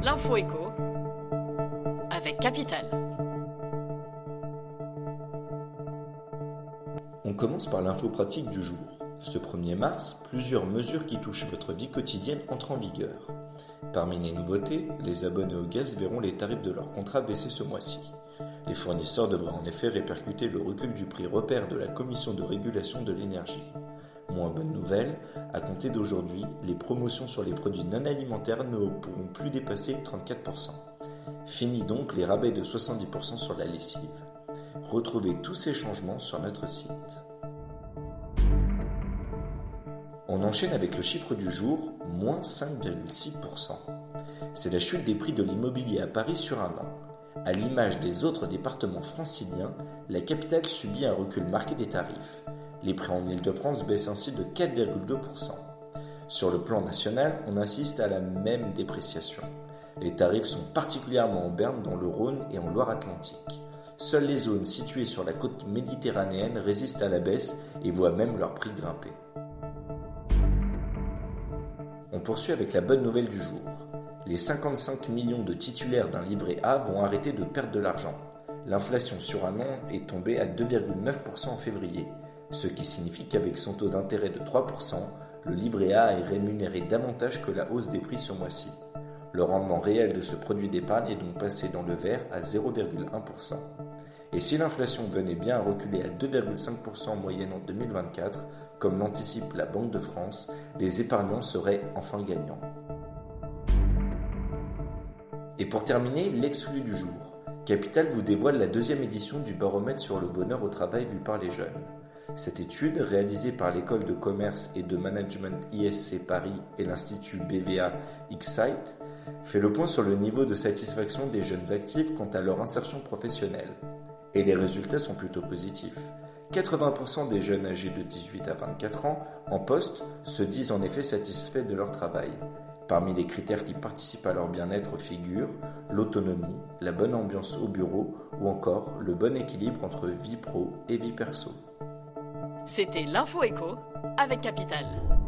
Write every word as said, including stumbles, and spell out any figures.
L'info éco avec Capital. On commence par l'info pratique du jour. Ce premier mars, plusieurs mesures qui touchent votre vie quotidienne entrent en vigueur. Parmi les nouveautés, les abonnés au gaz verront les tarifs de leur contrat baisser ce mois-ci. Les fournisseurs devraient en effet répercuter le recul du prix repère de la Commission de régulation de l'énergie. Moins bonne nouvelle, à compter d'aujourd'hui, les promotions sur les produits non alimentaires ne pourront plus dépasser trente-quatre pour cent. Fini donc les rabais de soixante-dix pour cent sur la lessive. Retrouvez tous ces changements sur notre site. On enchaîne avec le chiffre du jour, moins cinq virgule six pour cent. C'est la chute des prix de l'immobilier à Paris sur un an. À l'image des autres départements franciliens, la capitale subit un recul marqué des tarifs. Les prix en Île-de-France baissent ainsi de quatre virgule deux pour cent. Sur le plan national, on assiste à la même dépréciation. Les tarifs sont particulièrement en berne dans le Rhône et en Loire-Atlantique. Seules les zones situées sur la côte méditerranéenne résistent à la baisse et voient même leur prix grimper. On poursuit avec la bonne nouvelle du jour. Les cinquante-cinq millions de titulaires d'un livret A vont arrêter de perdre de l'argent. L'inflation sur un an est tombée à deux virgule neuf pour cent en février, ce qui signifie qu'avec son taux d'intérêt de trois pour cent, le livret A est rémunéré davantage que la hausse des prix ce mois-ci. Le rendement réel de ce produit d'épargne est donc passé dans le vert à zéro virgule un pour cent. Et si l'inflation venait bien à reculer à deux virgule cinq pour cent en moyenne en deux mille vingt-quatre, comme l'anticipe la Banque de France, les épargnants seraient enfin gagnants. Et pour terminer, l'exclu du jour. Capital vous dévoile la deuxième édition du baromètre sur le bonheur au travail vu par les jeunes. Cette étude, réalisée par l'école de commerce et de management I S C Paris et l'institut B V A X-Site, fait le point sur le niveau de satisfaction des jeunes actifs quant à leur insertion professionnelle. Et les résultats sont plutôt positifs. quatre-vingts pour cent des jeunes âgés de dix-huit à vingt-quatre ans en poste se disent en effet satisfaits de leur travail. Parmi les critères qui participent à leur bien-être figurent l'autonomie, la bonne ambiance au bureau ou encore le bon équilibre entre vie pro et vie perso. C'était l'info éco avec Capital.